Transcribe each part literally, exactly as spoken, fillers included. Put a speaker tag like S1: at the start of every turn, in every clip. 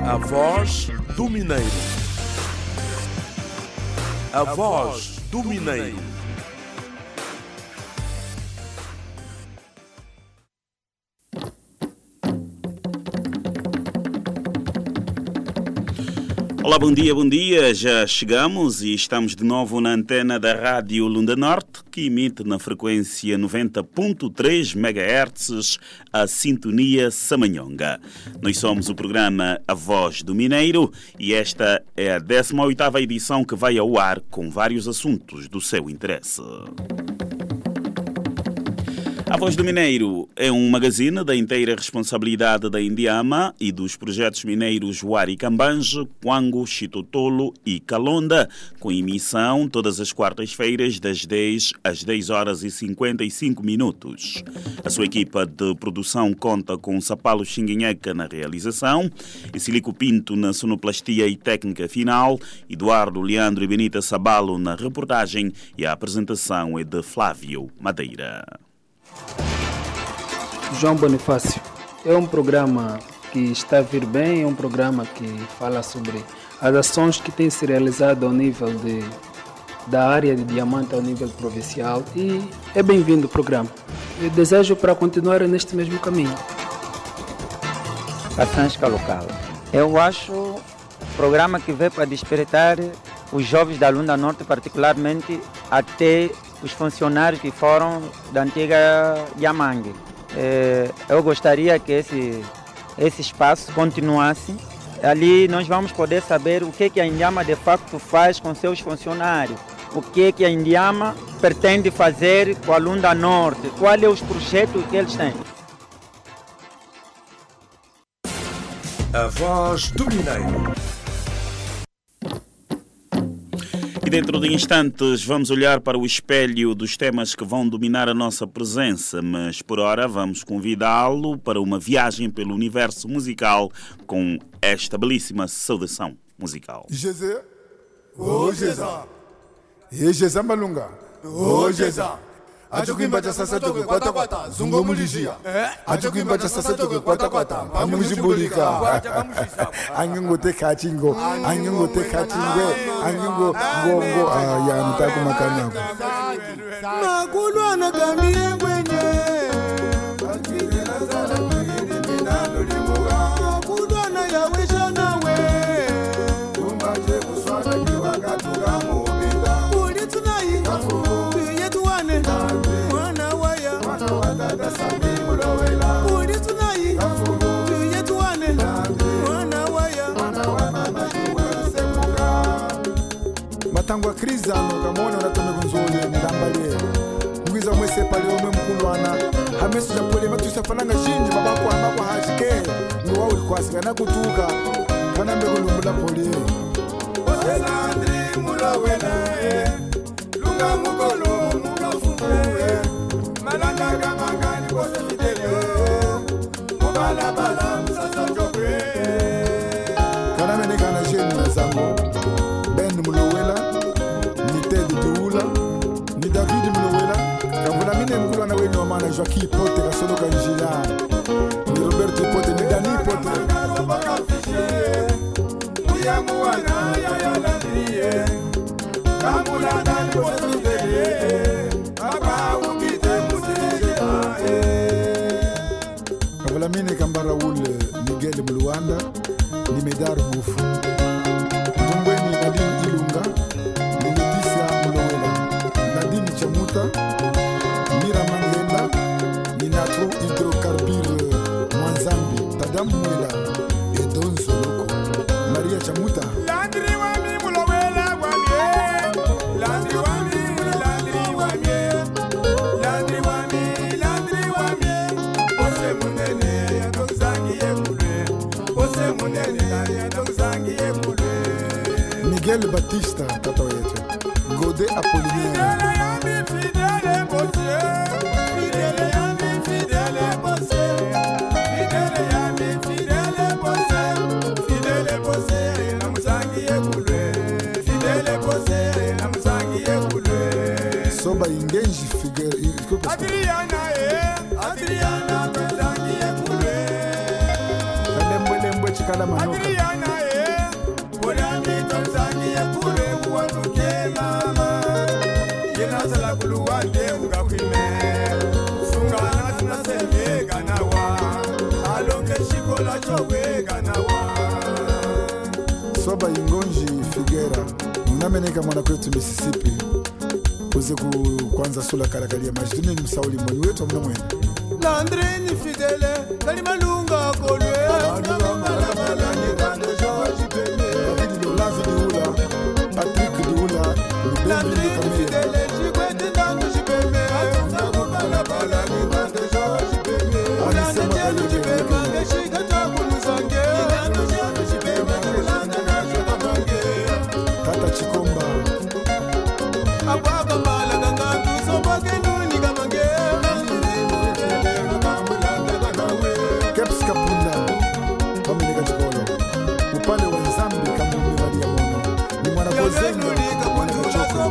S1: A voz do Mineiro. A voz do Mineiro.
S2: Olá, bom dia, bom dia. Já chegamos e estamos de novo na antena da Rádio Lunda Norte, que emite na frequência noventa ponto três megahertz a sintonia Samanhonga. Nós somos o programa A Voz do Mineiro e esta é a décima oitava edição que vai ao ar com vários assuntos do seu interesse. A Voz do Mineiro é um magazine da inteira responsabilidade da Indiama e dos projetos mineiros Huari Cambange, Quango, Chitotolo e Calonda, com emissão todas as quartas-feiras das dez às dez horas e cinquenta e cinco minutos. A sua equipa de produção conta com Sapalo Xinguinheca na realização, e Silico Pinto na sonoplastia e técnica final, Eduardo Leandro e Benita Sabalo na reportagem e a apresentação é de Flávio Madeira.
S3: João Bonifácio, é um programa que está a vir bem, é um programa que fala sobre as ações que têm se realizado ao nível de, da área de diamante ao nível provincial e é bem-vindo o programa. Eu desejo para continuar neste mesmo caminho.
S4: A Francisca Local. Eu acho um programa que veio para despertar os jovens da Lunda Norte, particularmente até os funcionários que foram da antiga Yamangue. Eu gostaria que esse, esse espaço continuasse. Ali nós vamos poder saber o que, que a Indiama de facto faz com seus funcionários, o que, que a Indiama pretende fazer com a Lunda Norte, quais são os projetos que eles têm.
S1: A Voz do Mineiro.
S2: E dentro de instantes vamos olhar para o espelho dos temas que vão dominar a nossa presença, mas por ora vamos convidá-lo para uma viagem pelo universo musical com esta belíssima saudação musical.
S5: Jezé, oh Jezé, e Jezé Malunga, oh Jezé. Achukwimba cha sasa toke kwata kwata zungo mulishia achukwimba cha sasa toke kwata kwata pamushibulika angingo teka chingo angingo teka chingwe angingo gongo ya nitaku makanya makulwa na kamie kwenye akirela zala kwini minano limoga makulwa na yawesha nawe tumbaje kuswana kiwanga tugamubita uli tunayi yetuwane mwana waya mwana wadada sami mulowela uli tunayi yetuwane mwana waya mwana wana kiwese muka matangwa krizano kamona unatome kunzuli ndambalie mwiza mwese pale omwe mkulwana hamesu japole matusa fananga shinji babako amako hashike nuwa ulikwasika na kutuka kanambe kulumbula poli oselandri mulowela e lunga mukolo mukafuwe malanda kamangani kose fidele mubala bala musasa jokwe kaname ne kana jeni na zango Ben mulowela ni Ted Tuula ni David mulowela kavula mine mkulu na wenye wamana Joaquim Pote kasolo kanjila ni Roberto Pote ni Dani Pote muya muwana ya ya landriye kamula dani kose fidele aba ubite musejela kavula mine kambara ule Miguel Muluanda ni Medar Ngufu Tumbweni Nadine Ilunga ni Leticia Mulowela Nadine Chamuta Mira Mangenda ni Natro Hydrocarbure Mwanzambi Tadam Mwela Edon Soloko Maria Chamuta Landri wami Mulowela wamie Landri wami Landri wamie Landri wami Landri wamie Ose munene ya dongzangi yekule Ose munene ya dongzangi yekule Miguel Batista tata yetu Gode Apollinaire Fidele bosse Fidele yami fidele bosse Fidele yami fidele bosse Fidele bosse na musangi yekule Fidele bosse na musangi yekule Soba ingenji figure Adriana eh Adriana musangi yekule Lembo lembo chikala manoka Adriana Soba Ingonji Figuera unameneka mwana kwetu Mississippi uze kuanza sula karakalia majiduni ni msauli mwani wetu mna mwene Landrini Fidele Kali malunga kolwe David Dola Vidula Patrick Dola Landrini Fidele Chikwete Ndandu Chipeme Atunga bala ni Ndandu Chipeme Ulanda Tianu Chipeme Ngeshika Takulu Zange Ndandu Chipeme Ulanda Nasho Kamange Tata Chikomba Ababa Mala Gangandu Soba Genuni Kamange Keps Kapunda Wameneka Chikolo Upale wa Nzambi kama umevali ya mono Ni mwana kozenga mwana kochoko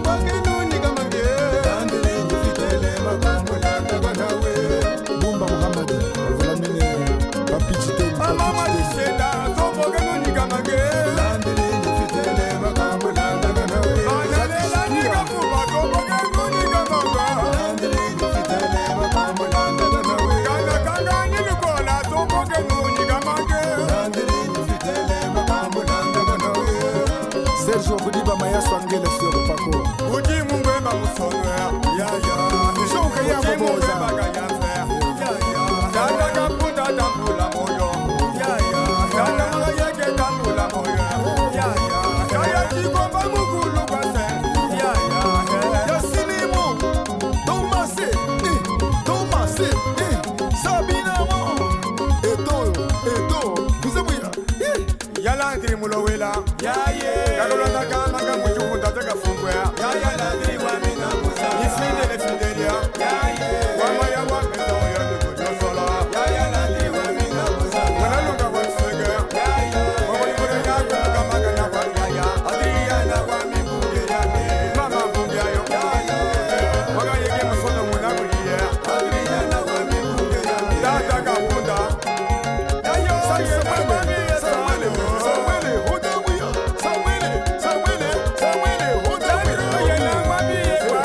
S5: Bumba Muhammad Vulamine Papi Chiteni Mama Chiteni Sobo Genuni Kamange Landele Nifitele Makambo Landa Ganawe Landele Nikafuba Sobo Genuni Kamange Landele Nifitele Makambo Landa Ganawe Kanga Kanga Nilikola Sobo Genuni Kamange Landele Nifitele Makambo Landa Ganawe Sergio Kudiba Mayaso Angele Sio Kupako Uji Mungwemba Musono ya Ya ya Nishoka ya Boboza Ya ya Dada Kaputa Tambula Moyo Ya ya Dada Mayeke Tambula Moyo Ya ya Dada Chikomba Mugulu Kwase Ya ya Yasinimu Tomase Tomase Sabina Mo Eto Eto Kuzabwira Yalandri Mulowela Ya ye Kalolanda Kama Kamujumu Tataka Fungwe Ya ya Landri Wamina Musa Ifinde le Fidelia Ya ye Wama ya Wamina Ya de Kujo Sola Ya ya Landri Wamina Musa Mwanalunga Wansege Ya ye Wama Yukure Ya Kuka Magana Wanya Ya Adriana Wami Mbuye Ya me Mama Mbuye Ya Ya ye Waga Yege Musono Munaguri Ya Adriana Wami Mbuye Ya me Dada Kapunda Ya yo Saye Mami Ya Sawele Sawele Hudamuya Sawele Sawele Sawele Hudamuya Ya na Mami Ya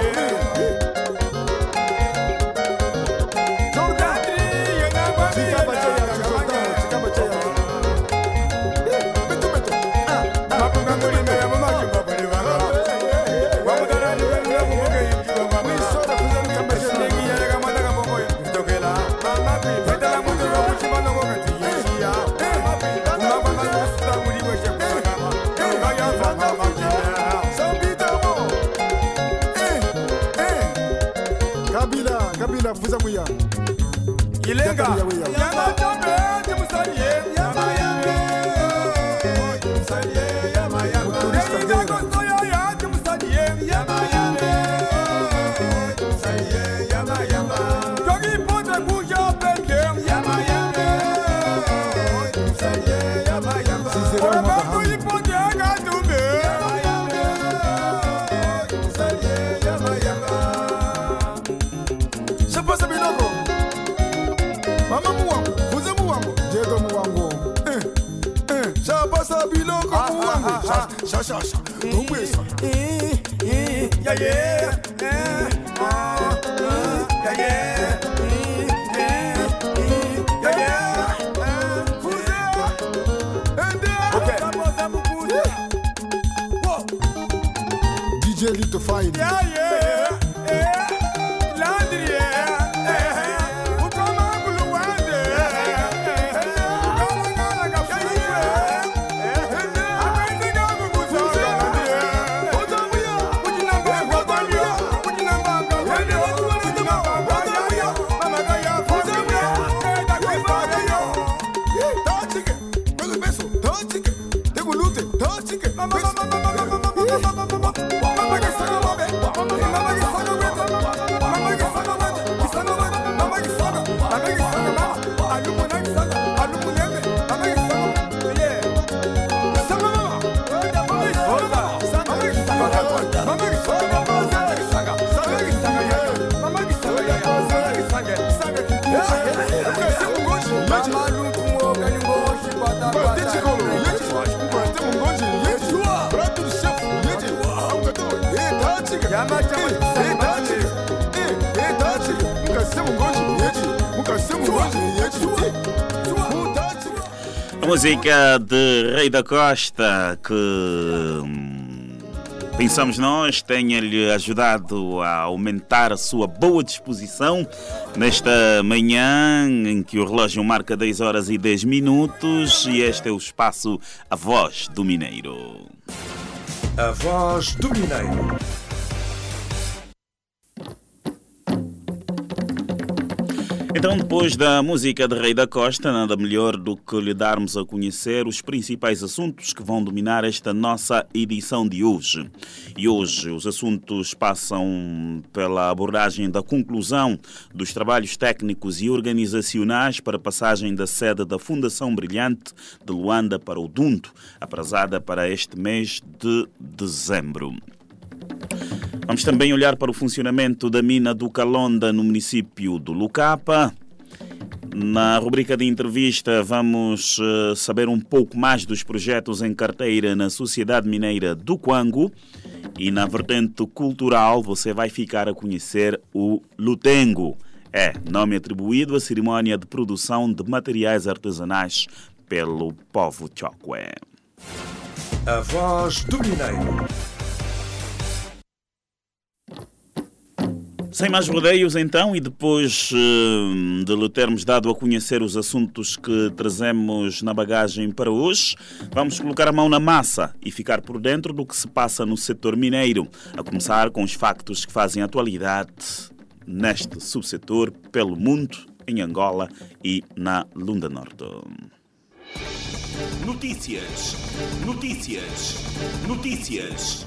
S5: Kabila, Kabila, fuza muya. Ilenga. Yama jambe, timusaliye. Yama yambe. Timusaliye, yama yambe. Deja kosoya ya timusaliye. Yama yambe. Timusaliye, yama yambe. Jogi pote kuja peke. Yama yambe. Timusaliye, yama yambe. Ora baku ipote agatumbe. Yama yambe. Timusaliye, yama yambe. Pasa biloko Mama muwangu, fuze muwangu Jeto muwangu Eh, eh Shapasa biloko muwangu Sha, sha, sha, sha Tumwesa Eh, eh Ya ye Eh, ah, ah Ya ye Eh, eh, eh Ya ye Eh, fuze Ende Ok Shapasa mukuze Wow D J Lito Fine Ya ye Eh Landry Mukase mungoji yechi, mukase mungoji yechi.
S2: A música de Rei da Costa, que hum, pensamos nós tenha-lhe ajudado a aumentar a sua boa disposição nesta manhã em que o relógio marca dez horas e dez minutos, e este é o espaço A Voz do Mineiro.
S1: A Voz do Mineiro.
S2: Então, depois da música de Rei da Costa, nada melhor do que lhe darmos a conhecer os principais assuntos que vão dominar esta nossa edição de hoje. E hoje os assuntos passam pela abordagem da conclusão dos trabalhos técnicos e organizacionais para a passagem da sede da Fundação Brilhante de Luanda para o Dunto, aprazada para este mês de dezembro. Vamos também olhar para o funcionamento da mina do Kalonda no município do Lucapa. Na rubrica de entrevista vamos uh, saber um pouco mais dos projetos em carteira na Sociedade Mineira do Quango. E na vertente cultural você vai ficar a conhecer o Lutengo. É nome atribuído à cerimónia de produção de materiais artesanais pelo povo Chokwe.
S1: A Voz do Mineiro.
S2: Sem mais rodeios, então, e depois uh, de lhe termos dado a conhecer os assuntos que trazemos na bagagem para hoje, vamos colocar a mão na massa e ficar por dentro do que se passa no setor mineiro, a começar com os factos que fazem atualidade neste subsetor pelo mundo, em Angola e na Lunda Norte.
S1: Notícias, notícias, notícias.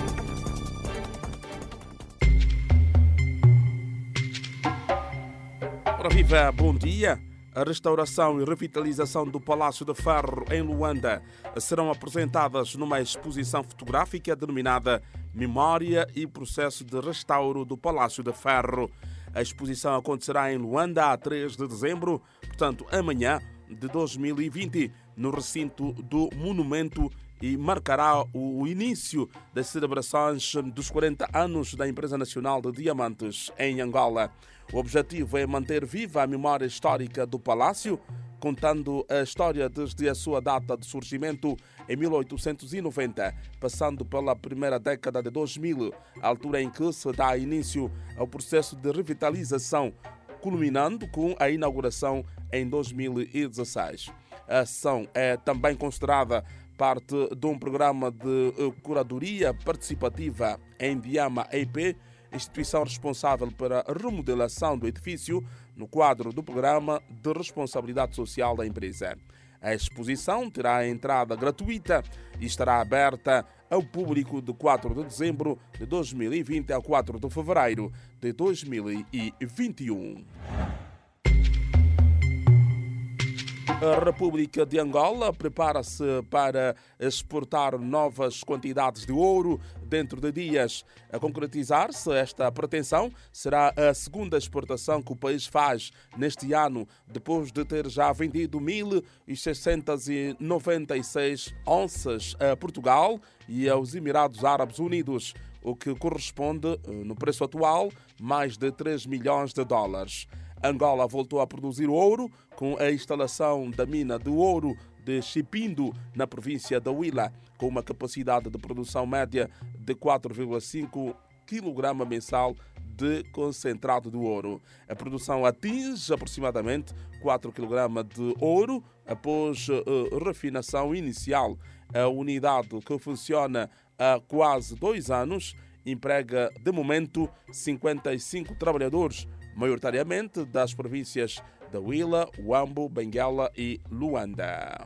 S1: Ora viva, bom dia. A restauração e revitalização do Palácio de Ferro em Luanda serão apresentadas numa exposição fotográfica denominada Memória e Processo de Restauro do Palácio de Ferro. A exposição acontecerá em Luanda a três de dezembro, portanto amanhã de dois mil e vinte, no recinto do Monumento, e marcará o início das celebrações dos quarenta anos da Empresa Nacional de Diamantes em Angola. O objetivo é manter viva a memória histórica do palácio, contando a história desde a sua data de surgimento em mil oitocentos e noventa, passando pela primeira década de dois mil, a altura em que se dá início ao processo de revitalização, culminando com a inauguração em dois mil e dezesseis. A ação é também considerada parte de um programa de curadoria participativa em Diama E P, instituição responsável pela remodelação do edifício no quadro do Programa de Responsabilidade Social da empresa. A exposição terá entrada gratuita e estará aberta ao público de quatro de dezembro de dois mil e vinte a quatro de fevereiro de dois mil e vinte e um. A República de Angola prepara-se para exportar novas quantidades de ouro dentro de dias. A concretizar-se esta pretensão, será a segunda exportação que o país faz neste ano, depois de ter já vendido mil seiscentas e noventa e seis onças a Portugal e aos Emirados Árabes Unidos, o que corresponde, no preço atual, mais de três milhões de dólares. Angola voltou a produzir ouro com a instalação da mina de ouro de Chipindo, na província da Huila, com uma capacidade de produção média de quatro vírgula cinco quilogramas mensal de concentrado de ouro. A produção atinge aproximadamente quatro quilogramas de ouro após a refinação inicial. A unidade, que funciona há quase dois anos, emprega, de momento, cinquenta e cinco trabalhadores, maioritariamente das províncias da Huila, Huambo, Benguela e Luanda.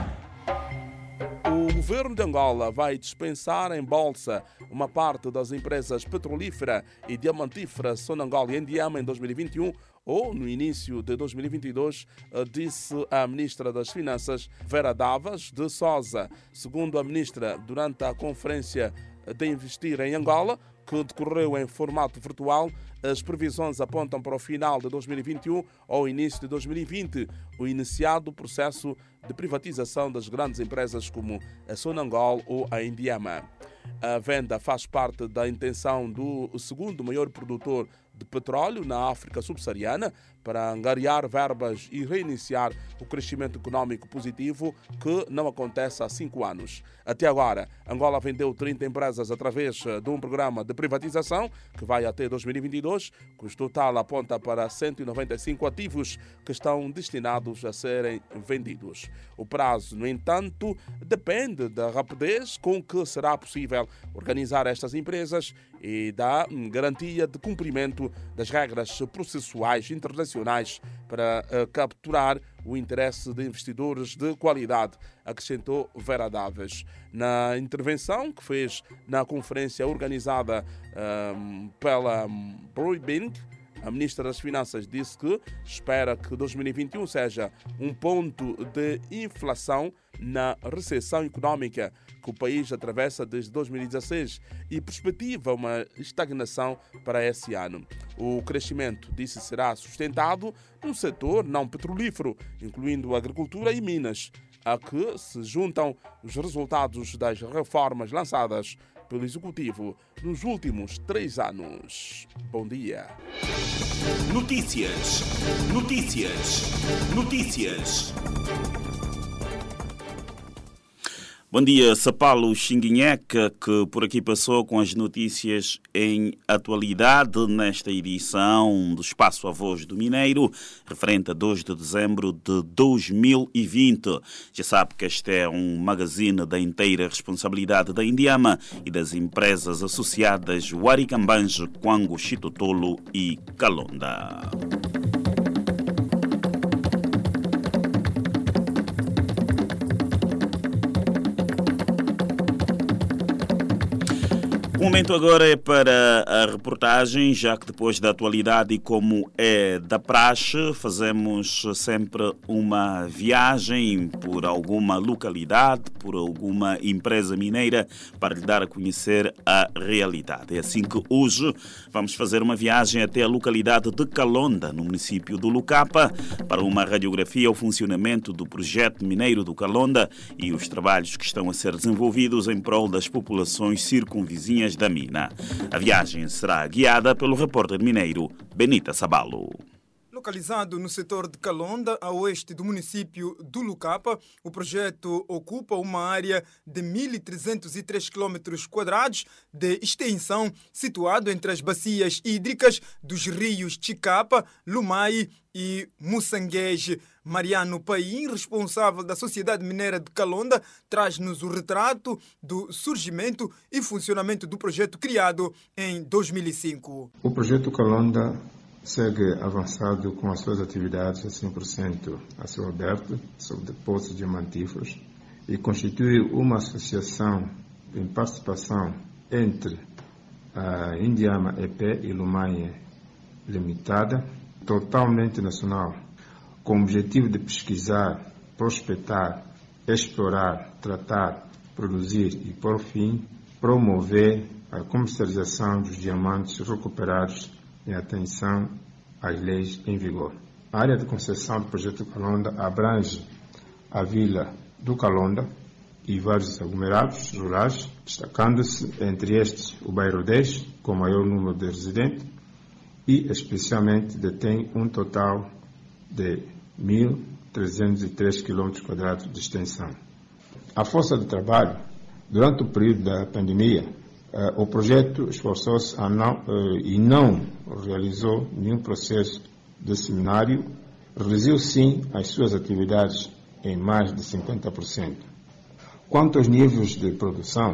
S1: O governo de Angola vai dispensar em bolsa uma parte das empresas petrolífera e diamantífera Sonangol e Endiama em dois mil e vinte e um ou no início de dois mil e vinte e dois, disse a ministra das Finanças, Vera Davas de Sousa. Segundo a ministra, durante a conferência de investir em Angola, que decorreu em formato virtual, as previsões apontam para o final de dois mil e vinte e um ou início de dois mil e vinte, o iniciado o processo de privatização das grandes empresas como a Sonangol ou a Endiama. A venda faz parte da intenção do segundo maior produtor de petróleo na África subsaariana, para angariar verbas e reiniciar o crescimento econômico positivo que não acontece há cinco anos. Até agora, Angola vendeu trinta empresas através de um programa de privatização que vai até dois mil e vinte e dois, cujo total aponta para cento e noventa e cinco ativos que estão destinados a serem vendidos. O prazo, no entanto, depende da rapidez com que será possível organizar estas empresas e da garantia de cumprimento das regras processuais internacionais para uh, capturar o interesse de investidores de qualidade, acrescentou Vera Daves. Na intervenção que fez na conferência organizada um, pela Bloomberg, a Ministra das Finanças disse que espera que dois mil e vinte e um seja um ponto de inflação na recessão econômica que o país atravessa desde dois mil e dezasseis e perspectiva uma estagnação para esse ano. O crescimento, disse, será sustentado no setor não petrolífero, incluindo agricultura e minas, a que se juntam os resultados das reformas lançadas pelo Executivo nos últimos três anos. Bom dia.
S2: Notícias. Notícias. Notícias. Bom dia, Sapalo Xinguinheca, que por aqui passou com as notícias em atualidade nesta edição do Espaço A Voz do Mineiro, referente a dois de dezembro de dois mil e vinte. Já sabe que este é um magazine da inteira responsabilidade da Indiama e das empresas associadas Waricambange, Quango, Chitotolo e Calonda. O momento agora é para a reportagem, já que depois da atualidade e como é da praxe, fazemos sempre uma viagem por alguma localidade, por alguma empresa mineira, para lhe dar a conhecer a realidade. É assim que hoje vamos fazer uma viagem até a localidade de Calonda, no município do Lucapa, para uma radiografia ao funcionamento do projeto mineiro do Calonda e os trabalhos que estão a ser desenvolvidos em prol das populações circunvizinhas da mina. A viagem será guiada pelo repórter mineiro Benita Sabalo.
S6: Localizado no setor de Calonda, a oeste do município do Lucapa, o projeto ocupa uma área de mil trezentos e três quilômetros quadrados de extensão, situado entre as bacias hídricas dos rios Chicapa, Lumai e Mussanguege. Mariano Paim, responsável da Sociedade Mineira de Calonda, traz-nos o retrato do surgimento e funcionamento do projeto criado em dois mil e cinco.
S7: O projeto Calonda segue avançado com as suas atividades a cem por cento a céu aberto, sob depósitos diamantíferos, e constitui uma associação em participação entre a Indiama E P e Lumai Limitada, totalmente nacional, com o objetivo de pesquisar, prospectar, explorar, tratar, produzir e, por fim, promover a comercialização dos diamantes recuperados em atenção às leis em vigor. A área de concessão do projeto Calonda abrange a vila do Calonda e vários aglomerados rurais, destacando-se entre estes o bairro dez, com maior número de residentes, e especialmente detém um total de mil trezentos e três quilômetros quadrados de extensão. A força de trabalho, durante o período da pandemia, eh, o projeto esforçou-se a não, eh, e não realizou nenhum processo de seminário, reduziu sim as suas atividades em mais de cinquenta por cento. Quanto aos níveis de produção,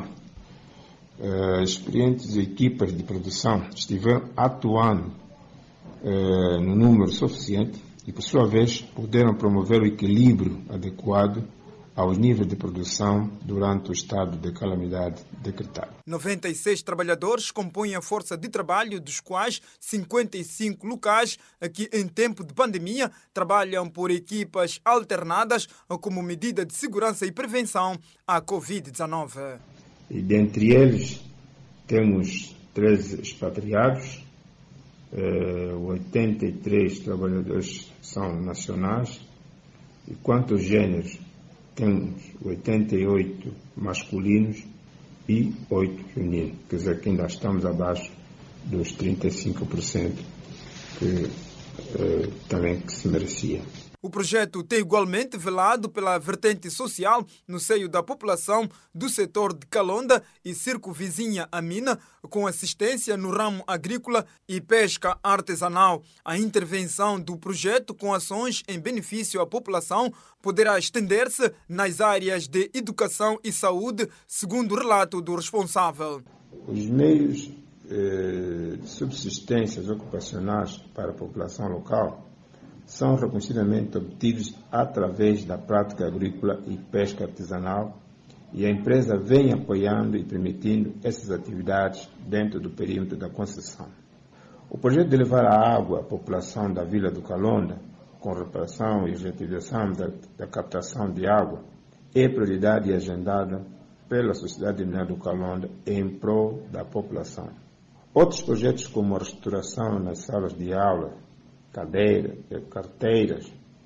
S7: eh, experientes equipas de produção estiveram atuando eh, no número suficiente e, por sua vez, puderam promover o equilíbrio adequado aos níveis de produção durante o estado de calamidade decretado.
S6: noventa e seis trabalhadores compõem a força de trabalho, dos quais cinquenta e cinco locais, que em tempo de pandemia trabalham por equipas alternadas como medida de segurança e prevenção à covid dezenove.
S7: E dentre eles temos treze expatriados, eh, oitenta e três trabalhadores são nacionais, e quanto aos gêneros, temos oitenta e oito masculinos e oito femininos, quer dizer que ainda estamos abaixo dos trinta e cinco por cento que eh, também que se merecia.
S6: O projeto tem igualmente velado pela vertente social no seio da população do setor de Kalonda e circunvizinha a mina, com assistência no ramo agrícola e pesca artesanal. A intervenção do projeto com ações em benefício à população poderá estender-se nas áreas de educação e saúde, segundo o relato do responsável.
S7: Os meios eh, de subsistência ocupacionais para a população local são reconhecidamente obtidos através da prática agrícola e pesca artesanal, e a empresa vem apoiando e permitindo essas atividades dentro do perímetro da concessão. O projeto de levar a água à população da Vila do Kalonda, com reparação e reutilização da, da captação de água, é prioridade agendada pela Sociedade Mineira do Kalonda em prol da população. Outros projetos, como a restauração nas salas de aula, cadeiras, carteiras,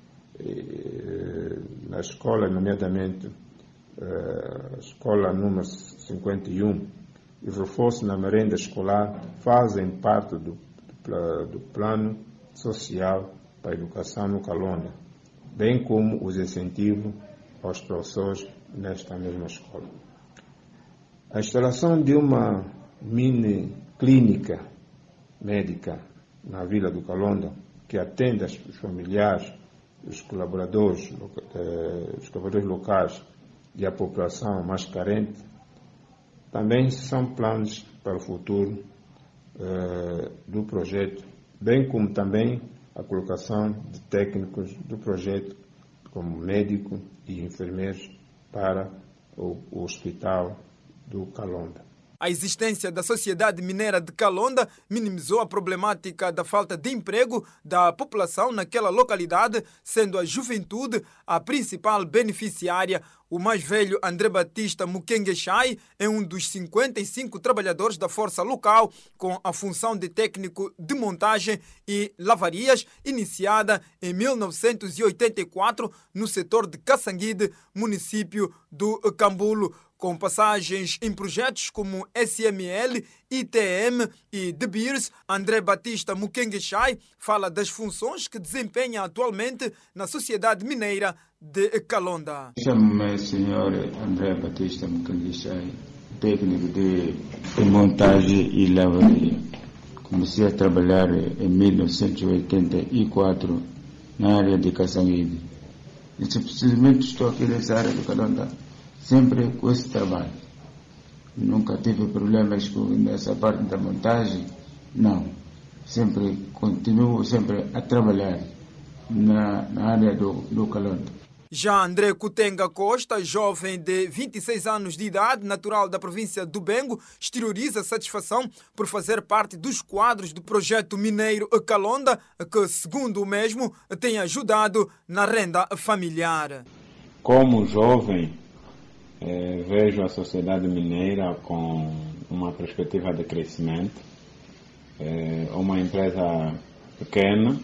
S7: na escola, nomeadamente a escola número cinquenta e um, e o reforço na merenda escolar, fazem parte do, do plano social para a educação no Kalonda, bem como os incentivos aos professores nesta mesma escola. A instalação de uma mini clínica médica na Vila do Kalonda, que atende os familiares, os colaboradores, eh, os colaboradores locais e a população mais carente, também são planos para o futuro eh, do projeto, bem como também a colocação de técnicos do projeto, como médico e enfermeiros, para o, o hospital do Kalonda.
S6: A existência da Sociedade Mineira de Kalonda minimizou a problemática da falta de emprego da população naquela localidade, sendo a juventude a principal beneficiária. O mais velho André Batista Mukenguechai é um dos cinquenta e cinco trabalhadores da força local, com a função de técnico de montagem e lavarias, iniciada em mil novecentos e oitenta e quatro no setor de Caçanguide, município do Cambulo, com passagens em projetos como S M L, I T M e De Beers. André Batista Mukenguechai fala das funções que desempenha atualmente na Sociedade Mineira de Kalonda.
S8: Chamo-me senhor André Batista Mukenguechai, técnico de, de montagem e lavaria. Comecei a trabalhar em mil novecentos e oitenta e quatro na área de Caçanguide. E simplesmente estou aqui nessa área de Kalonda sempre com esse trabalho. Nunca tive problemas com nessa parte da montagem, não. Sempre continuo sempre a trabalhar na, na área do, do Kalonda.
S6: Já André Kutenga Costa, jovem de vinte e seis anos de idade, natural da província do Bengo, exterioriza satisfação por fazer parte dos quadros do projeto mineiro Kalonda, que, segundo o mesmo, tem ajudado na renda familiar.
S9: Como jovem, Eh, vejo a sociedade mineira com uma perspectiva de crescimento, eh, uma empresa pequena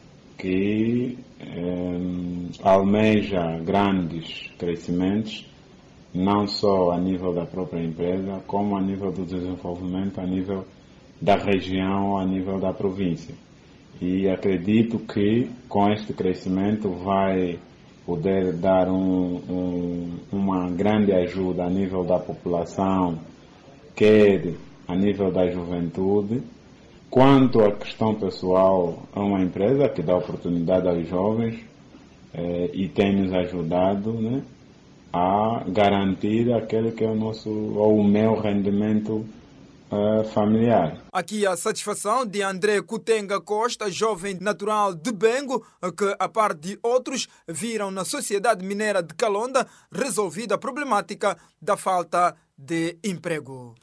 S9: que eh, almeja grandes crescimentos, não só a nível da própria empresa, como a nível do desenvolvimento, a nível da região, a nível da província. E acredito que com este crescimento vai poder dar um, um, uma grande ajuda a nível da população, quer a nível da juventude. Quanto à questão pessoal, é uma empresa que dá oportunidade aos jovens eh, e tem nos ajudado, né, a garantir aquele que é o nosso ou o meu rendimento Uh, familiar.
S6: Aqui a satisfação de André Kutenga Costa, jovem natural de Bengo, que, a par de outros, viram na Sociedade Mineira de Kalonda resolvida a problemática da falta de emprego.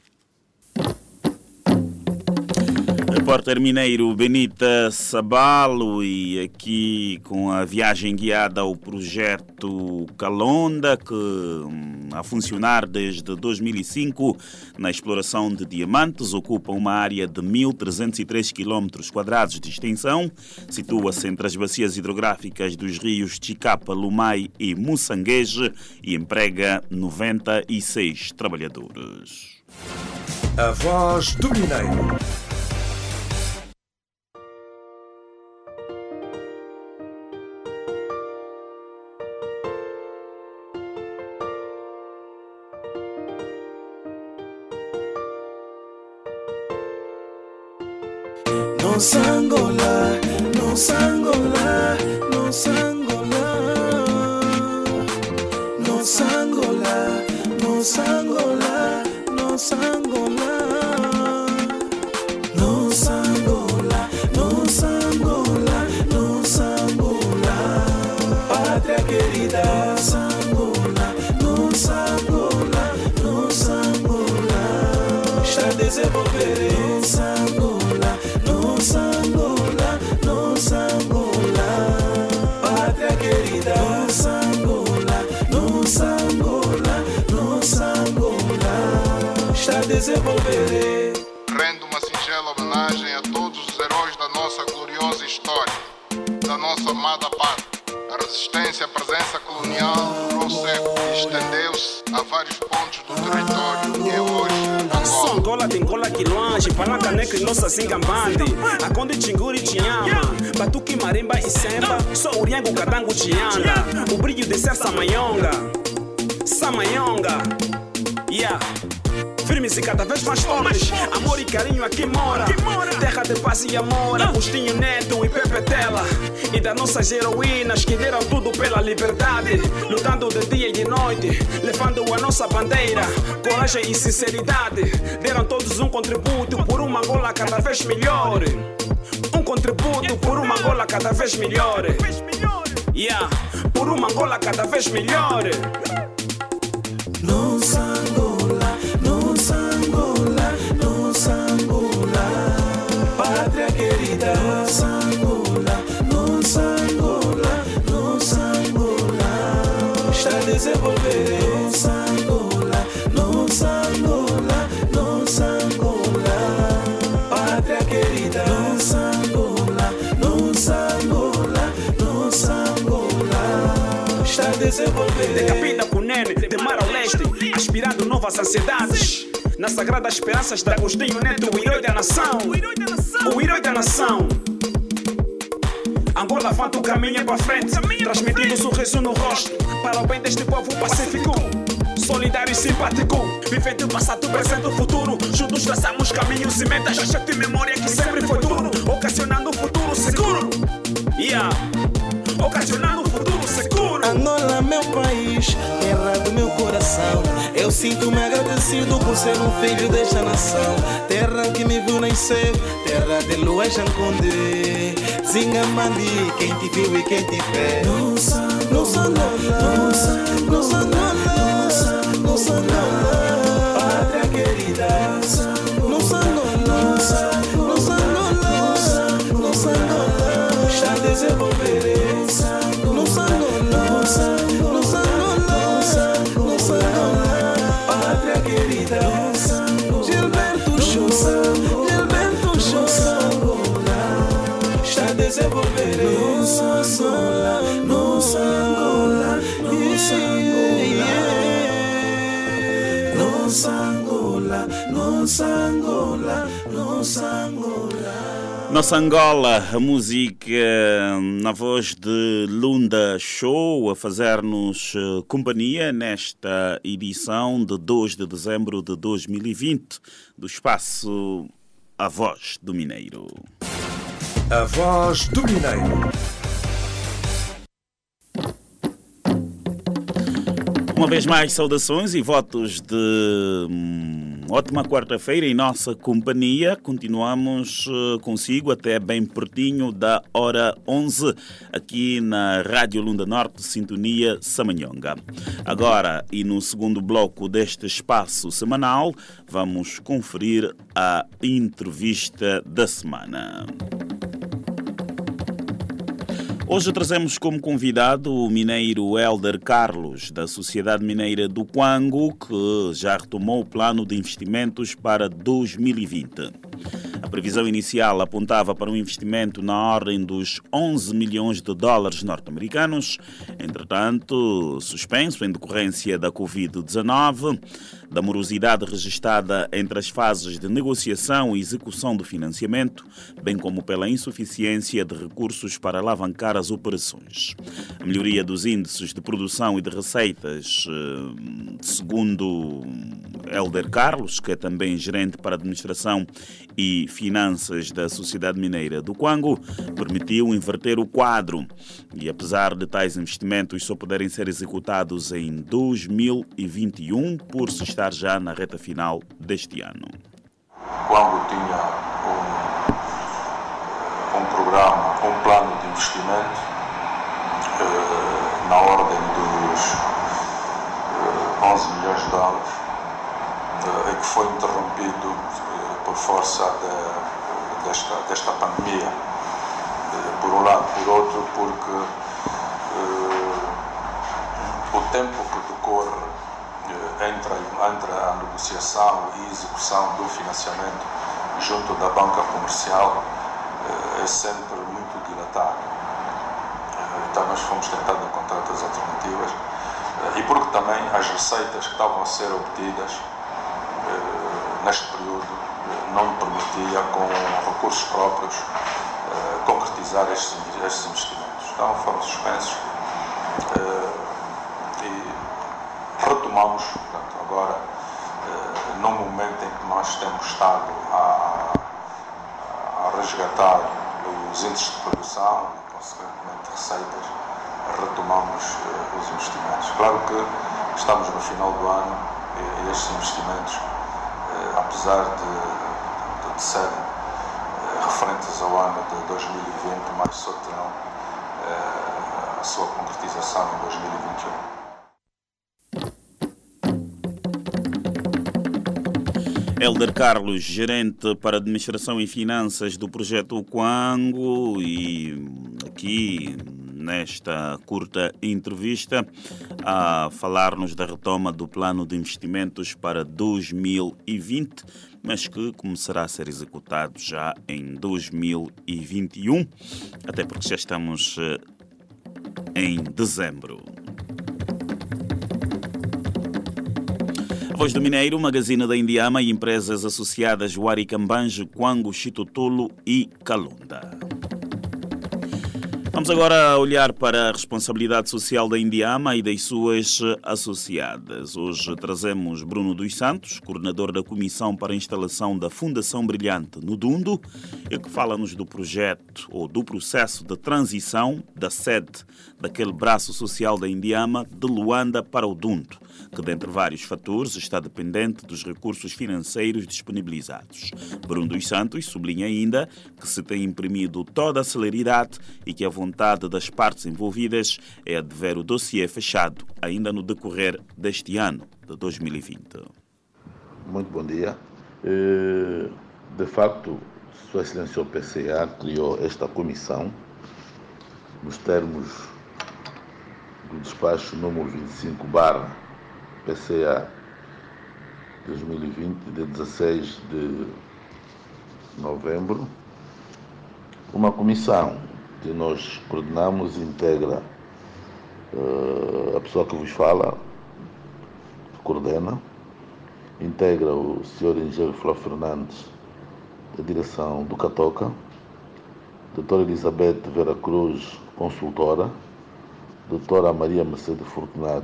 S2: Repórter mineiro Benita Sabalo, e aqui com a viagem guiada ao projeto Kalonda, que a funcionar desde dois mil e cinco na exploração de diamantes, ocupa uma área de mil trezentos e três quilômetros quadrados de extensão, situa-se entre as bacias hidrográficas dos rios Chicapa, Lumai e Mussanguege e emprega noventa e seis trabalhadores.
S10: A Voz do Mineiro.
S5: Nossa Angola, nossa Angola, nossa Angola, nossa Angola, nossa Angola, nossa Angola, nossa Angola, nossa Angola, nossa Angola, pátria querida, nossa Angola, nossa Angola, nossa Angola, está a desenvolver, nossa Angola, nossa Angola, nossa Angola, pátria querida, nossa Angola, nossa Angola, nossa Angola, está a desenvolver.
S10: Rendo uma singela homenagem a todos os heróis da nossa gloriosa história, da nossa amada pátria. A resistência à presença colonial durou séculos e estendeu-se a vários pontos do território que é hoje
S11: Só Angola tem cola que longe, Palaca Neca e nossa Singambande. A Conde Chinguri Chiama, Batuque Marimba e Semba, só Uriango Catango Chianda. O brilho de ser Samayonga, Samayonga, yeah. Firmes e cada vez mais fortes, amor e carinho aqui mora. Terra de paz e amor, Agostinho Neto e Pepe Tela. E das nossas heroínas que deram tudo pela liberdade, lutando de dia e de noite, levando a nossa bandeira. Coragem e sinceridade, deram todos um contributo por uma Angola cada vez melhor. Um contributo por uma Angola cada vez melhor. Yeah, por uma Angola cada vez melhor.
S5: Nossa Angola, nossa Angola, nossa Angola, pátria querida, nossa Angola, nossa Angola, nossa Angola, está a desenvolver, nossa Angola, nossa Angola, nossa Angola, pátria querida, nossa Angola, nossa Angola, nossa Angola, está a desenvolver.
S11: Decapita com Nene, de mar ao leste, aspirando novas ansiedades. Nas sagradas esperanças de Agostinho Neto, o herói da nação. O herói da nação. Angola levanta o caminho para frente, transmitindo um sorriso no rosto, para o bem deste povo pacífico, solidário e simpático. Vivendo o passado, o presente e o futuro, juntos traçamos caminhos e metas. Achei memória que sempre foi duro, ocasionando um futuro seguro. Yeah, ocasionando um futuro seguro.
S5: Angola, meu país, terra do meu coração. Eu sinto-me agradecido por ser um filho desta nação. Terra que me viu nascer, terra de lua e Janconde, Zingamandi, quem te viu e quem te vê. Nossa, nossa Angola, nossa, nossa Angola, nossa Angola, pátria querida, nossa Angola, nossa, nossa Angola, nossa Angola, está a desenvolver. Nossa Angola, nossa, nossa Angola, nossa Angola, pátria querida, Gilberto Sousa, Gilberto Sousa, está a desenvolver. Nossa Angola, nossa Angola, nossa Angola, nossa Angola, nossa Angola, nossa Angola.
S2: Nossa Angola, a música na voz de Lunda Show, a fazer-nos companhia nesta edição de dois de dezembro de dois mil e vinte do espaço A Voz do Mineiro.
S12: A Voz do Mineiro.
S2: Uma vez mais, saudações e votos de hum, ótima quarta-feira em nossa companhia. Continuamos uh, consigo até bem pertinho da hora onze, aqui na Rádio Lunda Norte, Sintonia Samanhonga. Agora, e no segundo bloco deste espaço semanal, vamos conferir a entrevista da semana. Hoje trazemos como convidado o mineiro Hélder Carlos, da Sociedade Mineira do Quango, que já retomou o plano de investimentos para dois mil e vinte. A previsão inicial apontava para um investimento na ordem dos onze milhões de dólares norte-americanos, entretanto, suspenso em decorrência da covid dezenove, da morosidade registada entre as fases de negociação e execução do financiamento, bem como pela insuficiência de recursos para alavancar as operações. A melhoria dos índices de produção e de receitas, segundo Elder Carlos, que é também gerente para administração e finanças da Sociedade Mineira do Quango, permitiu inverter o quadro e, apesar de tais investimentos só poderem ser executados em dois mil e vinte e um, por se estar já na reta final deste ano.
S13: Quango tinha um, um programa, um plano de investimento eh, na ordem dos eh, onze milhões de dólares, eh, que foi interrompido eh, por força de, desta, desta pandemia, eh, por um lado, por outro, porque eh, o tempo que decorre eh, entre, entre a negociação e execução do financiamento junto da banca comercial eh, é sempre muito dilatado. Então nós fomos tentando encontrar outras alternativas e porque também as receitas que estavam a ser obtidas eh, neste período eh, não me permitia, com recursos próprios, eh, concretizar estes, estes investimentos. Então foram suspensos eh, e retomamos, portanto, agora eh, num momento em que nós temos estado a, a resgatar os índices de produção, consequentemente receitas, retomamos uh, os investimentos. Claro que estamos no final do ano e, e estes investimentos, uh, apesar de, de, de serem uh, referentes ao ano de dois mil e vinte, mas só terão uh, a sua concretização em dois mil e vinte e um.
S2: Elder Carlos, gerente para administração e finanças do projeto Quango, e aqui nesta curta entrevista a falar-nos da retoma do plano de investimentos para dois mil e vinte, mas que começará a ser executado já em dois mil e vinte e um, até porque já estamos em dezembro. Voz do Mineiro, Magazine da Indiama e empresas associadas Huaricambange, Quango, Chitotolo e Kalonda. Vamos agora olhar para a responsabilidade social da Indiama e das suas associadas. Hoje trazemos Bruno dos Santos, coordenador da Comissão para a Instalação da Fundação Brilhante no Dundo, e que fala-nos do projeto ou do processo de transição da sede daquele braço social da Indiama de Luanda para o Dundo, que, dentre vários fatores, está dependente dos recursos financeiros disponibilizados. Bruno dos Santos sublinha ainda que se tem imprimido toda a celeridade e que a vontade das partes envolvidas é a de ver o dossiê fechado ainda no decorrer deste ano de dois mil e vinte.
S14: Muito bom dia. De facto, Sua Excelência o P C A criou esta comissão nos termos do despacho número vinte e cinco barra P C A dois mil e vinte, de dezesseis de novembro. Uma comissão que nós coordenamos integra uh, a pessoa que vos fala, que coordena, integra o senhor Engenheiro Flor Fernandes, da direção do Catoca, doutora Elizabeth Vera Cruz, consultora, doutora Maria Mercedes Fortunato,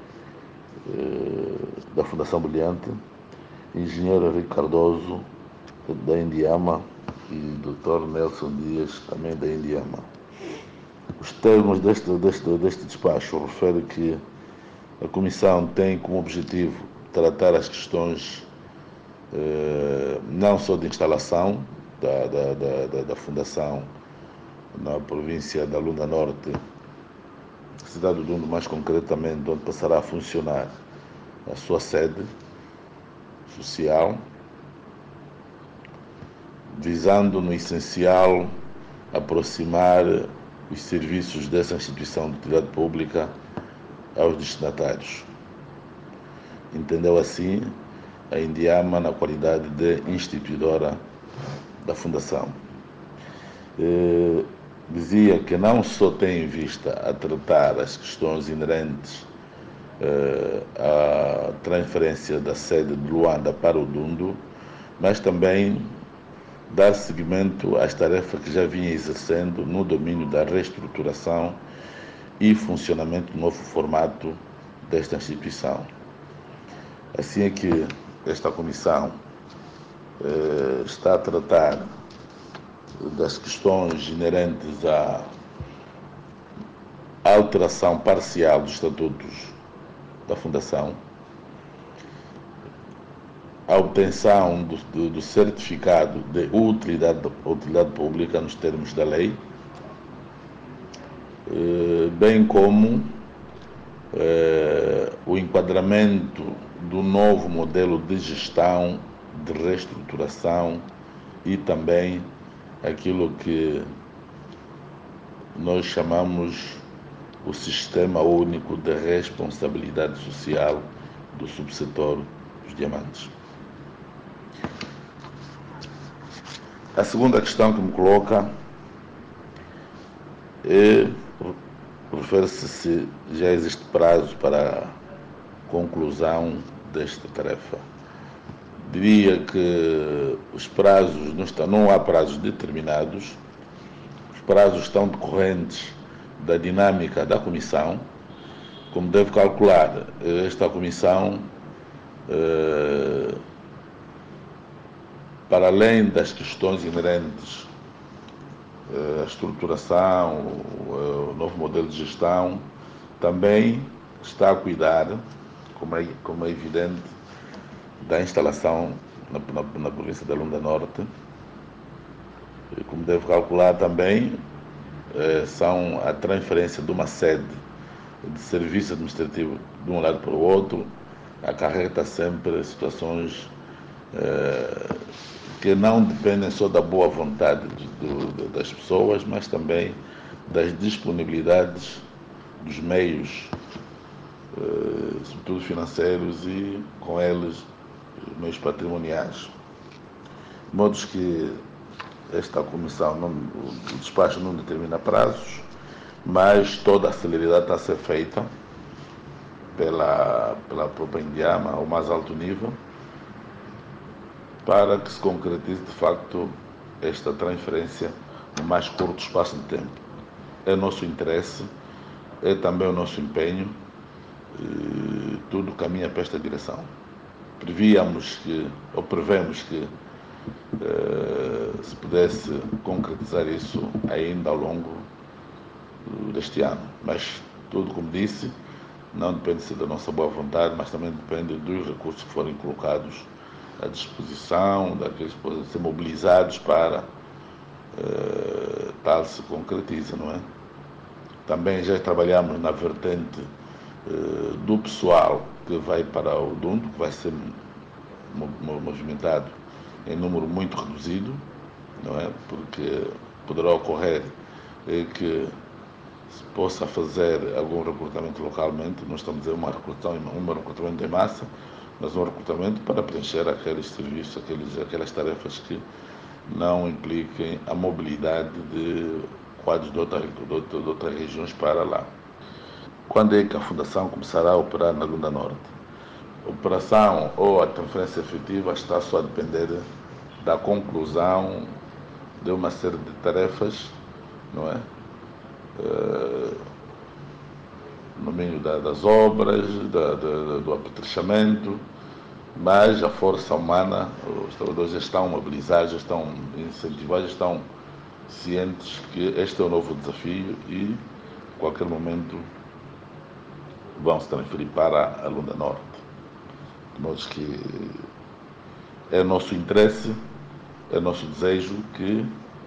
S14: uh, da Fundação Brilhante, engenheiro Henrique Cardoso, da Indiama, e doutor Nelson Dias, também da Indiama. Os termos deste, deste, deste despacho referem que a Comissão tem como objetivo tratar as questões eh, não só de instalação da, da, da, da Fundação na província da Lunda Norte, cidade do Dundo mais concretamente, onde passará a funcionar a sua sede social, visando no essencial aproximar os serviços dessa instituição de utilidade pública aos destinatários. Entendeu assim a Indiama na qualidade de instituidora da Fundação. Eh, dizia que não só tem em vista a tratar as questões inerentes eh, à transferência da sede de Luanda para o Dundo, mas também dar seguimento às tarefas que já vinha exercendo no domínio da reestruturação e funcionamento do novo formato desta instituição. Assim é que esta comissão eh, está a tratar das questões inerentes à alteração parcial dos estatutos da Fundação, a obtenção do, do, do certificado de utilidade, utilidade pública nos termos da lei, eh, bem como eh, o enquadramento do novo modelo de gestão, de reestruturação e também aquilo que nós chamamos o Sistema Único de Responsabilidade Social do subsetor dos diamantes. A segunda questão que me coloca é, refere-se se já existe prazo para a conclusão desta tarefa. Diria que os prazos não estão, não há prazos determinados, os prazos estão decorrentes da dinâmica da comissão. Como deve calcular, esta comissão, eh, para além das questões inerentes eh, à estruturação, o, o novo modelo de gestão, também está a cuidar, como é, como é evidente, da instalação na, na, na província da Lunda Norte. E, como deve calcular também, eh, são a transferência de uma sede de serviço administrativo de um lado para o outro, acarreta sempre situações eh, que não dependem só da boa vontade de, de, das pessoas, mas também das disponibilidades dos meios, eh, sobretudo financeiros, e com eles meios patrimoniais. De modo que esta comissão, não, o despacho não determina prazos, mas toda a celeridade está a ser feita pela, pela própria Indiama, ao mais alto nível, para que se concretize de facto esta transferência no mais curto espaço de tempo. É nosso interesse, é também o nosso empenho, e tudo caminha para esta direção. Prevíamos que, ou prevemos que eh, se pudesse concretizar isso ainda ao longo deste ano, mas tudo, como disse, não depende da nossa boa vontade, mas também depende dos recursos que forem colocados à disposição, daqueles que podem ser mobilizados para eh, tal se concretiza, não é? Também já trabalhamos na vertente eh, do pessoal que vai para o Dundo, que vai ser movimentado em número muito reduzido, não é? Porque poderá ocorrer eh, que se possa fazer algum recrutamento localmente. Não estamos a dizer uma recrutação, um recrutamento em massa, mas um recrutamento para preencher aqueles serviços, aqueles, aquelas tarefas que não impliquem a mobilidade de quadros de, outra, de, outra, de outras regiões para lá. Quando é que a Fundação começará a operar na Lunda Norte? A operação ou a transferência efetiva está só a depender da conclusão de uma série de tarefas, não é? Uh, no meio da, das obras, da, da, do apetrechamento, mas a força humana, os trabalhadores já estão mobilizados, já estão incentivados, já estão cientes que este é o novo desafio e, a qualquer momento, vão se transferir para a Lunda Norte. De modo que é nosso interesse, é nosso desejo que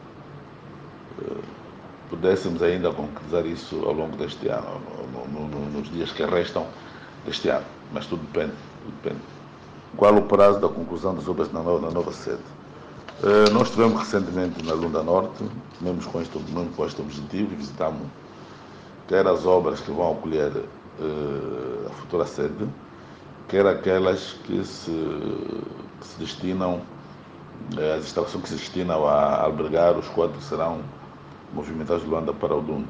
S14: uh, pudéssemos ainda concretizar isso ao longo deste ano, no, no, no, nos dias que restam deste ano. Mas tudo depende, tudo depende. Qual o prazo da conclusão das obras na nova, na nova sede? Uh, nós estivemos recentemente na Lunda Norte, mesmo com este, mesmo com este objetivo, e visitamos quer as obras que vão acolher uh, a futura sede, quer aquelas que se, que se destinam, uh, as instalações que se destinam a albergar os quadros que serão movimentados de Luanda para o Dundo.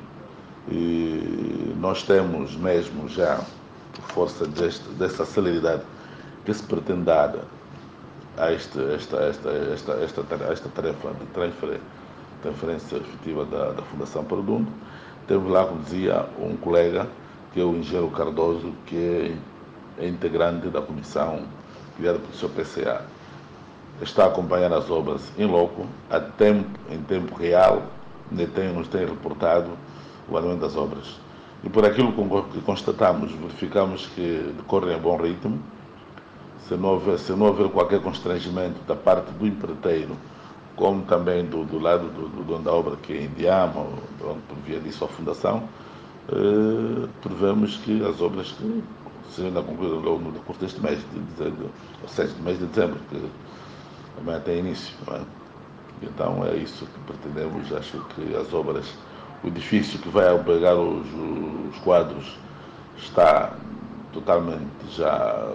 S14: E nós temos mesmo já, por força deste, dessa celeridade que se pretende dar a este, esta, esta, esta, esta, esta tarefa de transfer, transferência efetiva da, da Fundação para o Dundo, temos lá, como dizia, um colega, que é o engenheiro Cardoso, que é integrante da comissão criada pelo seu P C A, está a acompanhar as obras em loco, a tempo, em tempo real, tem, nos tem reportado o andamento das obras. E por aquilo que constatamos, verificamos que decorrem a bom ritmo. Se não houver, se não houver qualquer constrangimento da parte do empreiteiro, como também do, do lado do, do dono da obra, que é Indiama, onde por via disso a Fundação, eh, prevemos que as obras que serão ainda concluídas no decurso deste mês, de dezembro, ou seja, do mês de dezembro, que amanhã tem início. Não é? Então é isso que pretendemos. Acho que as obras, o edifício que vai albergar os, os quadros está totalmente já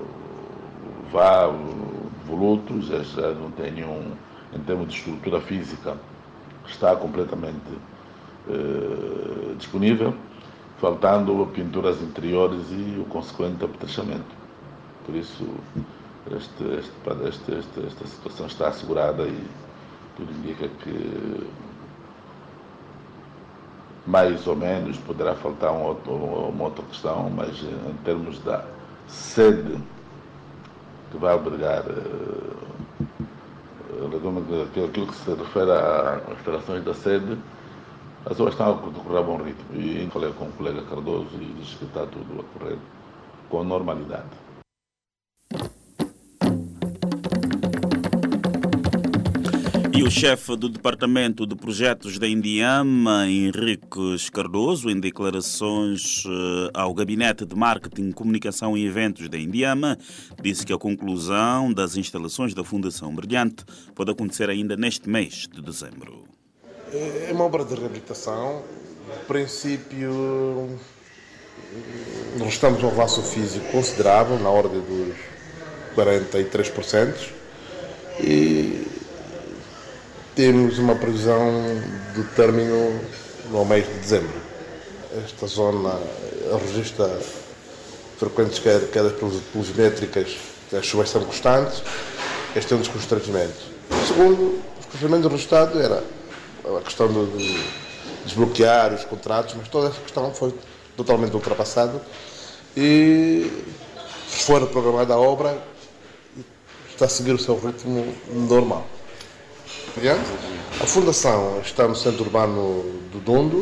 S14: vá voluto, já, já não tem nenhum, em termos de estrutura física, está completamente eh, disponível, faltando pinturas interiores e o consequente apetrechamento. Por isso, este, este, este, este, esta situação está assegurada e tudo indica que mais ou menos poderá faltar um outro, uma outra questão, mas em termos da sede que vai albergar aquilo que se refere às instalações da sede, as obras estão a decorrer a bom ritmo. E falei com o colega Cardoso e disse que está tudo a correr com normalidade.
S2: E o chefe do Departamento de Projetos da Indiama, Henrique Cardoso, em declarações ao Gabinete de Marketing, Comunicação e Eventos da Indiama, disse que a conclusão das instalações da Fundação Brilhante pode acontecer ainda neste mês de dezembro.
S15: É uma obra de reabilitação. No princípio, nós estamos num avanço físico considerável, na ordem dos quarenta e três por cento, e temos uma previsão de término no mês de dezembro. Esta zona registra frequentes quedas pluviométricas, as chuvas são constantes, este é um dos constrangimentos. O segundo, o constrangimento registrado era a questão de desbloquear os contratos, mas toda essa questão foi totalmente ultrapassada e foi reprogramada a obra e está a seguir o seu ritmo normal. A Fundação está no centro urbano do Dundo,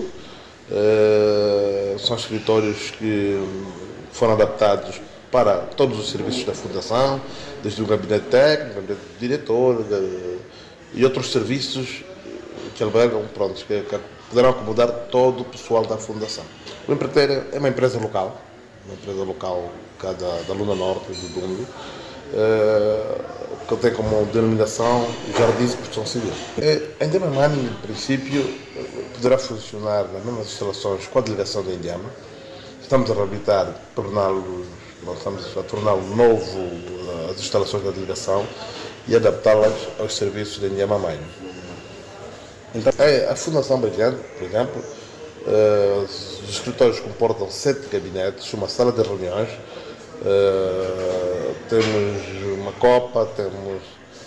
S15: são escritórios que foram adaptados para todos os serviços da Fundação, desde o gabinete técnico, o gabinete do diretor e outros serviços que albergam, pronto, que, que poderão acomodar todo o pessoal da Fundação. O empreiteiro é uma empresa local, uma empresa local cá da, da Luna Norte, do Dundo, que tem como denominação Jardins de Construção Civil. A Indiama, em princípio, poderá funcionar nas mesmas instalações com a delegação da Indiama. Estamos a reabilitar, estamos a tornar novo as instalações da delegação e adaptá-las aos serviços da Indiama Mãe. Então, a Fundação Brilhante, por exemplo, os escritórios comportam sete gabinetes, uma sala de reuniões, temos uma copa, temos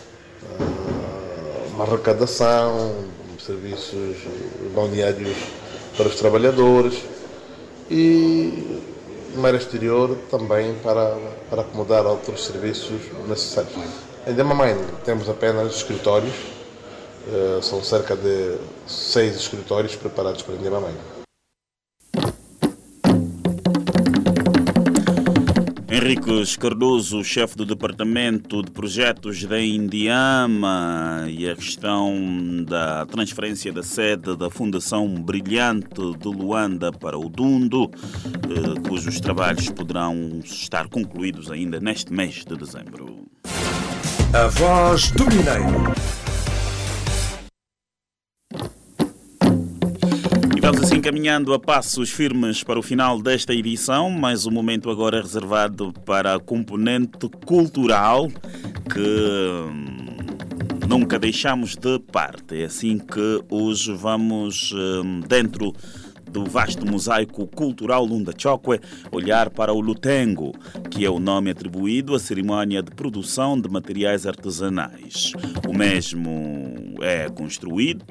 S15: uma arrecadação, serviços balneários para os trabalhadores e uma área exterior também para, para acomodar outros serviços necessários. Em Indiama temos apenas escritórios, são cerca de seis escritórios preparados para Indiama.
S2: Henrique Cardoso, chefe do Departamento de Projetos da Indiama, e a questão da transferência da sede da Fundação Brilhante de Luanda para o Dundo, cujos trabalhos poderão estar concluídos ainda neste mês de dezembro.
S12: A Voz do Mineiro.
S2: Vamos assim caminhando a passos firmes para o final desta edição, mas o momento agora é reservado para a componente cultural que nunca deixamos de parte. É assim que hoje vamos dentro do vasto mosaico cultural Lunda Chokwe olhar para o Lutengo, que é o nome atribuído à cerimónia de produção de materiais artesanais. O mesmo é construído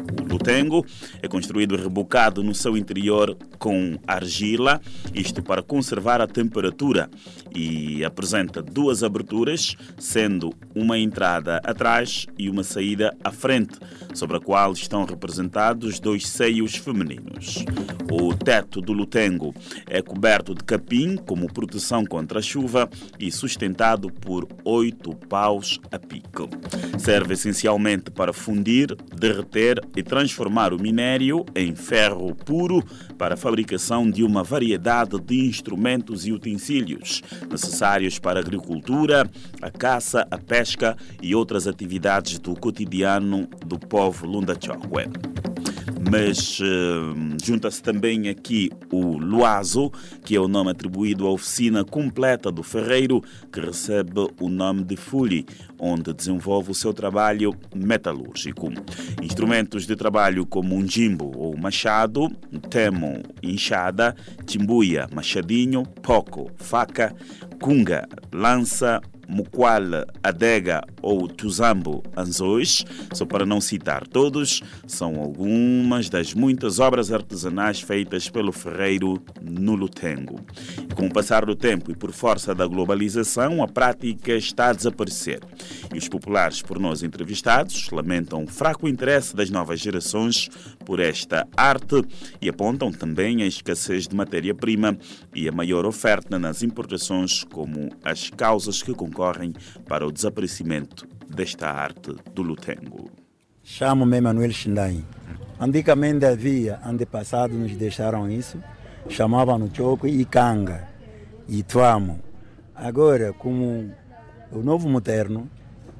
S2: O lutengo é construído e rebocado no seu interior com argila, isto para conservar a temperatura, e apresenta duas aberturas, sendo uma entrada atrás e uma saída à frente, sobre a qual estão representados dois seios femininos. O teto do lutengo é coberto de capim como proteção contra a chuva e sustentado por oito paus a pico. Serve essencialmente para fundir, derreter e transformar o minério em ferro puro para a fabricação de uma variedade de instrumentos e utensílios necessários para a agricultura, a caça, a pesca e outras atividades do cotidiano do povo Lunda-Chokwe. Mas uh, junta-se também aqui o Luazo, que é o nome atribuído à oficina completa do ferreiro, que recebe o nome de Fuli, onde desenvolve o seu trabalho metalúrgico. Instrumentos de trabalho como um jimbo ou machado, temo, enxada, timbuia, machadinho, poco, faca, cunga, lança, muqual, adega ou tuzambo, anzóis, só para não citar todos, são algumas das muitas obras artesanais feitas pelo ferreiro no lutengo. Com o passar do tempo e por força da globalização, a prática está a desaparecer. E os populares por nós entrevistados lamentam o fraco interesse das novas gerações por esta arte e apontam também a escassez de matéria-prima e a maior oferta nas importações como as causas que concorrem para o desaparecimento desta arte do lutengo.
S16: Chamo-me Emanuel Xindai. Antigamente havia, antepassados nos deixaram isso, chamavam no choco e canga, e tuamo. Agora, como o novo moderno,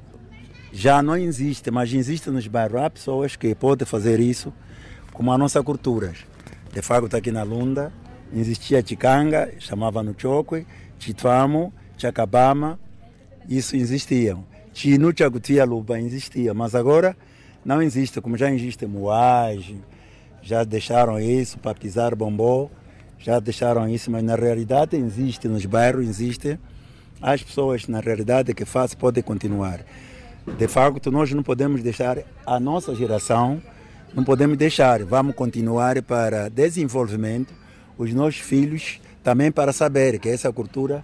S16: já não existe, mas existe nos bairros. Há pessoas que podem fazer isso, como a nossa cultura. De facto, aqui na Lunda, existia chicanga, chamava no choco, chituamo, chacabama, isso existia. Chinu, chagutia, luba existia, mas agora não existe, como já existe moagem, já deixaram isso para pisar bombom, já deixaram isso, mas na realidade existe nos bairros, existe. As pessoas na realidade que fazem podem continuar. De facto, nós não podemos deixar a nossa geração, não podemos deixar, vamos continuar para desenvolvimento, os nossos filhos também para saber que essa cultura,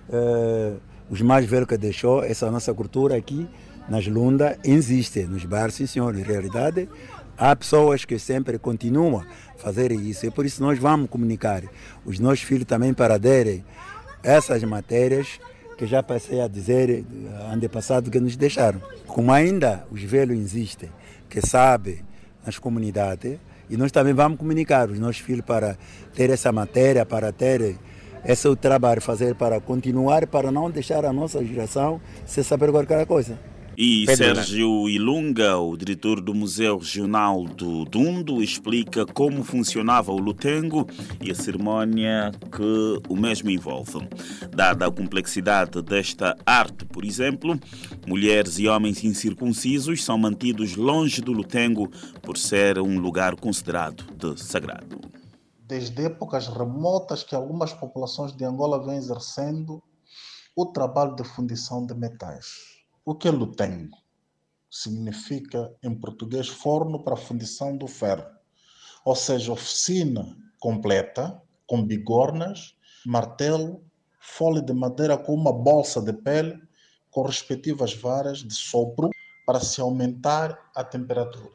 S16: eh, os mais velhos que deixou, essa nossa cultura aqui nas Lunda existe, nos bairros, sim senhor, em realidade há pessoas que sempre continuam a fazer isso e por isso nós vamos comunicar os nossos filhos também para derem essas matérias que já passei a dizer antepassado que nos deixaram. Como ainda os velhos existem, que sabem nas comunidades, e nós também vamos comunicar os nossos filhos para ter essa matéria, para ter esse trabalho, fazer para continuar, para não deixar a nossa geração sem saber qualquer coisa.
S2: E Sérgio Ilunga, o diretor do Museu Regional do Dundo, explica como funcionava o lutengo e a cerimónia que o mesmo envolve. Dada a complexidade desta arte, por exemplo, mulheres e homens incircuncisos são mantidos longe do lutengo por ser um lugar considerado de sagrado.
S17: Desde épocas remotas que algumas populações de Angola vêm exercendo o trabalho de fundição de metais. O que é lutengo? Significa, em português, forno para a fundição do ferro. Ou seja, oficina completa, com bigornas, martelo, folha de madeira com uma bolsa de pele, com respectivas varas de sopro para se aumentar a temperatura.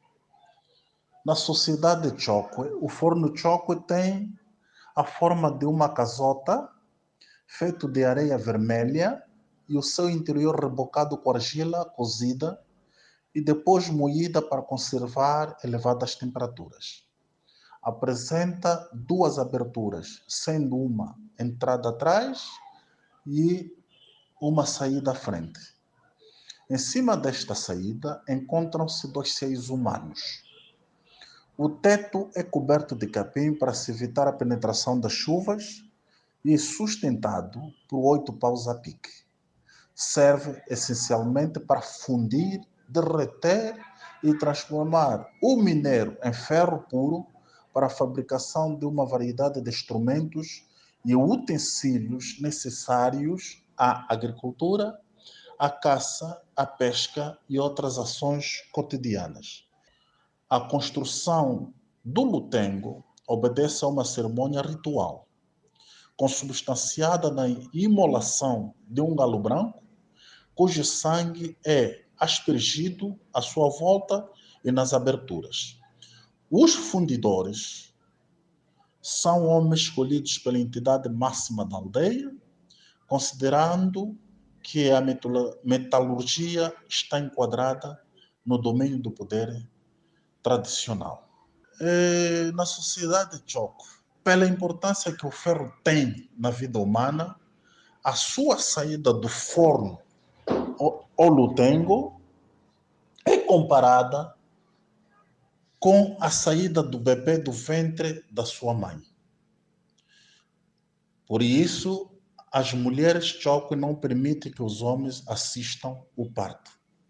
S17: Na sociedade de Chokwe, o forno Chokwe tem a forma de uma casota feito de areia vermelha e o seu interior rebocado com argila cozida e depois moída para conservar elevadas temperaturas. Apresenta duas aberturas, sendo uma entrada atrás e uma saída à frente. Em cima desta saída encontram-se dois seios humanos. O teto é coberto de capim para se evitar a penetração das chuvas e sustentado por oito paus a pique. Serve essencialmente para fundir, derreter e transformar o minério em ferro puro para a fabricação de uma variedade de instrumentos e utensílios necessários à agricultura, à caça, à pesca e outras ações cotidianas. a construção do lutengo obedece a uma cerimônia ritual, consubstanciada na imolação de um galo branco, cujo sangue é aspergido à sua volta e nas aberturas. Os fundidores são homens escolhidos pela entidade máxima da aldeia, considerando que a metalurgia está enquadrada no domínio do poder tradicional. E na sociedade Choco, pela importância que o ferro tem na vida humana, a sua saída do forno ao lutengo é comparada com a saída do bebê do ventre da sua mãe. Por isso, as mulheres Choco não permitem que os homens assistam o parto.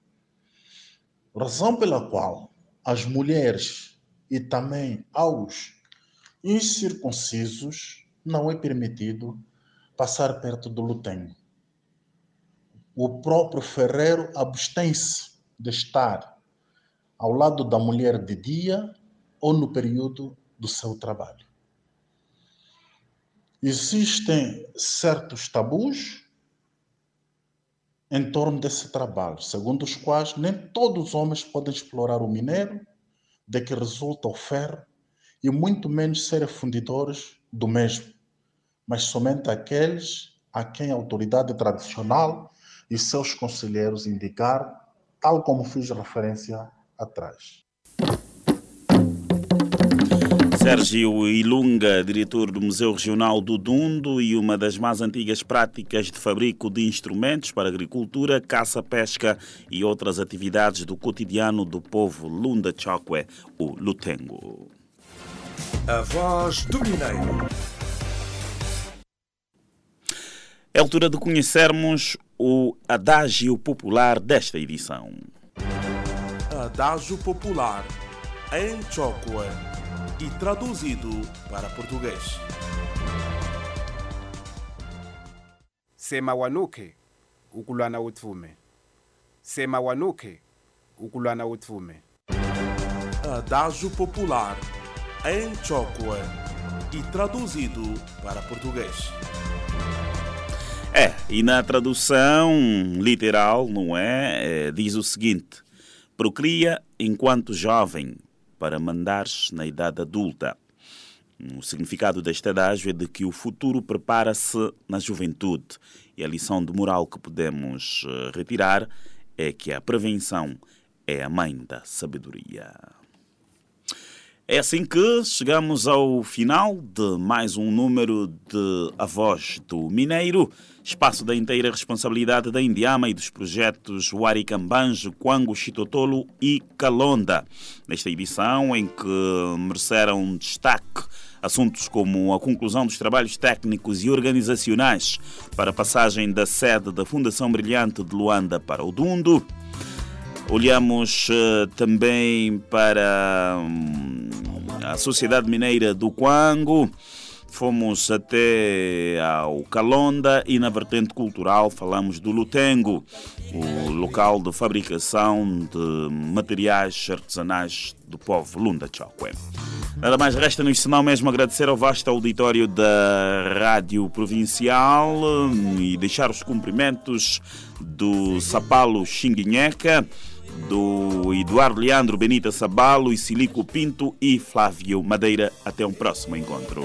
S17: Razão pela qual as mulheres e também aos incircuncisos não é permitido passar perto do lutengo. O próprio ferreiro abstém-se de estar ao lado da mulher de dia ou no período do seu trabalho. Existem certos tabus em torno desse trabalho, segundo os quais nem todos os homens podem explorar o minério de que resulta o ferro e muito menos serem fundidores do mesmo, mas somente aqueles a quem a autoridade tradicional e seus conselheiros indicaram, tal como fiz referência atrás.
S2: Sérgio Ilunga, diretor do Museu Regional do Dundo e uma das mais antigas práticas de fabrico de instrumentos para agricultura, caça, pesca e outras atividades do cotidiano do povo Lunda Chokwe, o Lutengo.
S12: A Voz do Mineiro.
S2: É altura de conhecermos o adágio popular desta edição.
S1: Adágio popular em Chokwe e traduzido para português.
S18: Sema wanuke ukulwana utfume. Sema wanuke ukulwana utfume.
S1: Adágio popular em Chokwe e traduzido para português.
S2: É, e na tradução literal, não é? é diz o seguinte: procria enquanto jovem, para mandares na idade adulta. O significado deste adágio é de que o futuro prepara-se na juventude. E a lição de moral que podemos retirar é que a prevenção é a mãe da sabedoria. É assim que chegamos ao final de mais um número de A Voz do Mineiro, espaço da inteira responsabilidade da Indiama e dos projetos Huaricambanjo, Quango, Chitotolo e Calonda. Nesta edição, em que mereceram destaque assuntos como a conclusão dos trabalhos técnicos e organizacionais para a passagem da sede da Fundação Brilhante de Luanda para o Dundo. Olhamos uh, também para um, a Sociedade Mineira do Quango, fomos até ao Calonda e na vertente cultural falamos do Lutengo, o local de fabricação de materiais artesanais do povo Lunda Chokwe. Nada mais resta-nos senão mesmo agradecer ao vasto auditório da Rádio Provincial e deixar os cumprimentos do Sapalo Xinguinheca, do Eduardo Leandro Benita Sabalo e Silico Pinto e Flávio Madeira. Até um próximo encontro.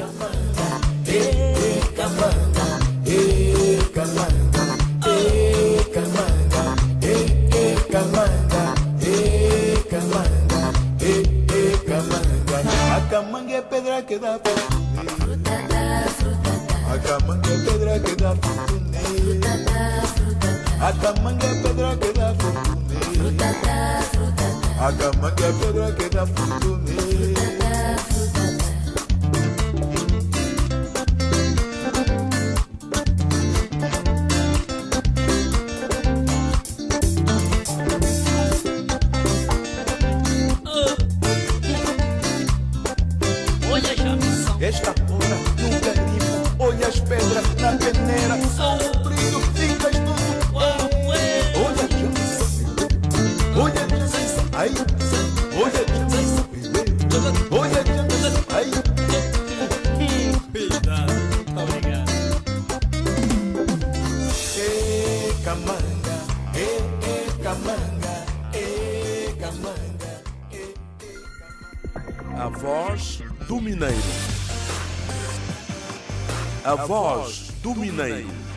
S5: A camanga é pedra que dá para a camanga é pedra que dá a camanga é pedra que dá a camanga é pedra que dá esta porra nunca limpo, olha as pedras na peneira, só o brilho fica tudo. Olha, olha, olha, aí, olha,
S1: A voz do Mineiro. A voz do Mineiro.